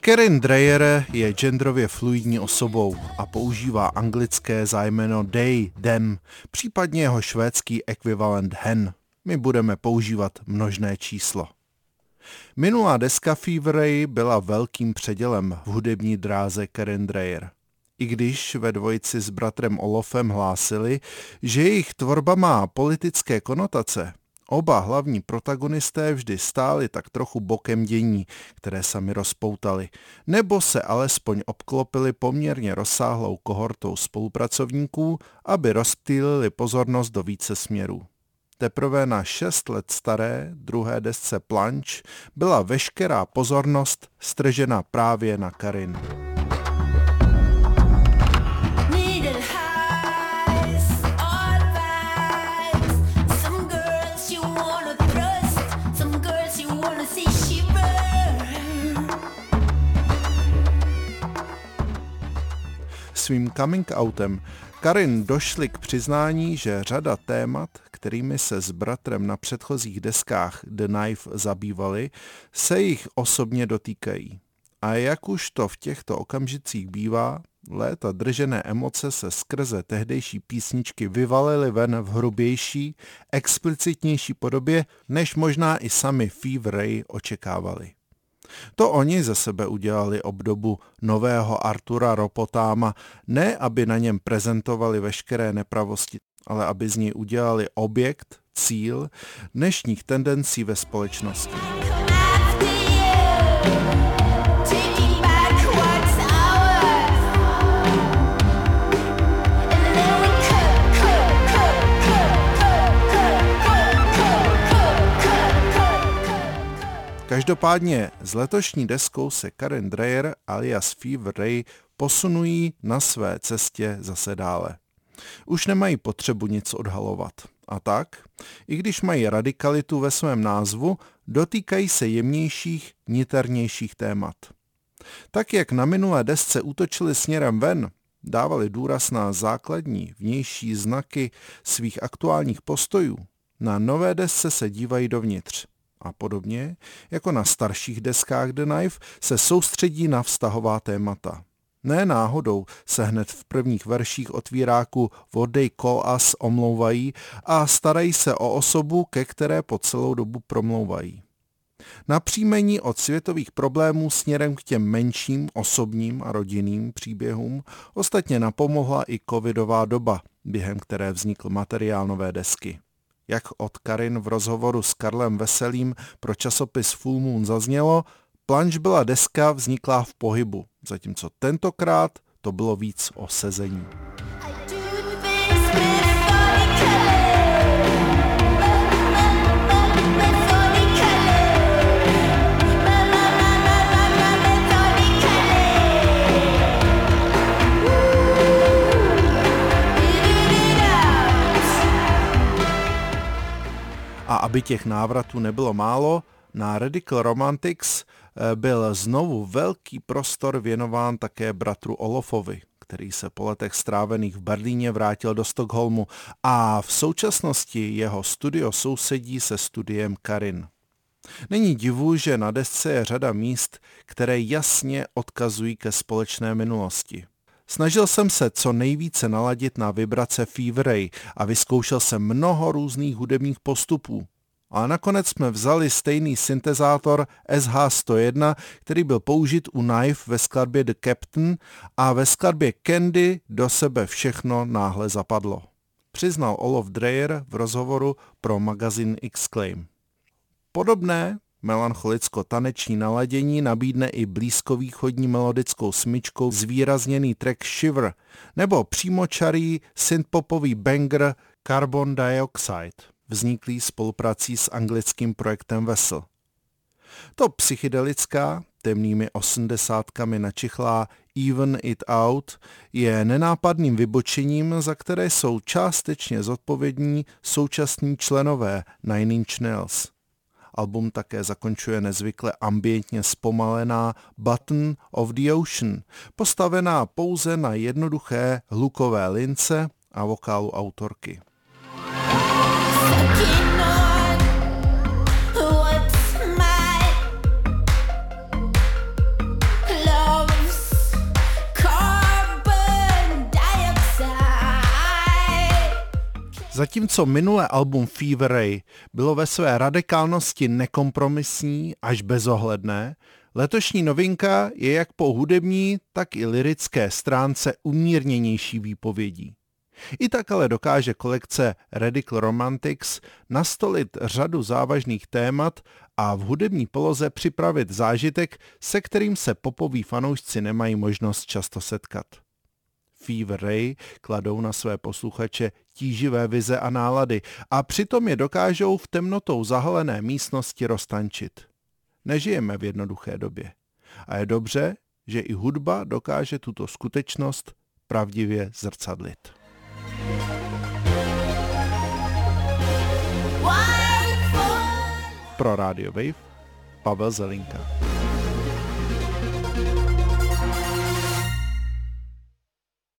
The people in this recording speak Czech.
Karin Dreyer je genderově fluidní osobou a používá anglické zájmeno they, them, případně jeho švédský ekvivalent hen. My budeme používat množné číslo. Minulá deska Fever Ray byla velkým předělem v hudební dráze Karin Dreyer. I když ve dvojici s bratrem Olofem hlásili, že jejich tvorba má politické konotace, oba hlavní protagonisté vždy stáli tak trochu bokem dění, které sami rozpoutali, nebo se alespoň obklopili poměrně rozsáhlou kohortou spolupracovníků, aby rozptýlili pozornost do více směrů. Teprve na 6 let staré druhé desce Plunge byla veškerá pozornost stržena právě na Karin. Svým coming outem Karin došli k přiznání, že řada témat, kterými se s bratrem na předchozích deskách The Knife zabývali, se jich osobně dotýkají. A jak už to v těchto okamžicích bývá, léta držené emoce se skrze tehdejší písničky vyvalily ven v hrubější, explicitnější podobě, než možná i sami Fever Ray očekávali. To oni ze sebe udělali obdobu nového Artura Ropotáma, ne aby na něm prezentovali veškeré nepravosti, ale aby z něj udělali objekt, cíl dnešních tendencí ve společnosti. Každopádně s letošní deskou se Karin Dreyer alias Fever Ray posunují na své cestě zase dále. Už nemají potřebu nic odhalovat. A tak, i když mají radikalitu ve svém názvu, dotýkají se jemnějších, niternějších témat. Tak jak na minulé desce útočili směrem ven, dávali důraz na základní vnější znaky svých aktuálních postojů, na nové desce se dívají dovnitř. A podobně, jako na starších deskách The Knife, se soustředí na vztahová témata. Ne náhodou se hned v prvních verších otvíráku What They Call Us omlouvají a starají se o osobu, ke které po celou dobu promlouvají. Napříjmení od světových problémů směrem k těm menším, osobním a rodinným příběhům ostatně napomohla i covidová doba, během které vznikl materiál nové desky. Jak od Karin v rozhovoru s Karlem Veselým pro časopis Full Moon zaznělo, Plunge byla deska vzniklá v pohybu, zatímco tentokrát to bylo víc o sezení. A aby těch návratů nebylo málo, na Radical Romantics byl znovu velký prostor věnován také bratru Olofovi, který se po letech strávených v Berlíně vrátil do Stockholmu a v současnosti jeho studio sousedí se studiem Karin. Není divu, že na desce je řada míst, které jasně odkazují ke společné minulosti. Snažil jsem se co nejvíce naladit na vibrace Fever Ray a vyzkoušel jsem mnoho různých hudebních postupů. Ale nakonec jsme vzali stejný syntezátor SH101, který byl použit u Knife ve skladbě The Captain a ve skladbě Candy do sebe všechno náhle zapadlo. Přiznal Olof Dreyer v rozhovoru pro magazín Exclaim. Podobné melancholicko-taneční naladění nabídne i blízkovýchodní melodickou smyčkou zvýrazněný track Shiver nebo přímočarý synthpopový banger Carbon Dioxide, vzniklý spoluprací s anglickým projektem Vessel. To psychedelická, temnými 80kami načichlá Even It Out je nenápadným vybočením, za které jsou částečně zodpovědní současní členové Nine Inch Nails. Album také zakončuje nezvykle ambientně zpomalená Bottom of the Ocean, postavená pouze na jednoduché hlukové lince a vokálu autorky. Zatímco minulé album Fever Ray bylo ve své radikálnosti nekompromisní až bezohledné, letošní novinka je jak po hudební, tak i lyrické stránce umírněnější výpovědí. I tak ale dokáže kolekce Radical Romantics nastolit řadu závažných témat a v hudební poloze připravit zážitek, se kterým se popoví fanoušci nemají možnost často setkat. Fever Ray kladou na své posluchače tíživé vize a nálady a přitom je dokážou v temnotou zahalené místnosti roztančit. Nežijeme v jednoduché době. A je dobře, že i hudba dokáže tuto skutečnost pravdivě zrcadlit. Pro Radio Wave Pavel Zelinka.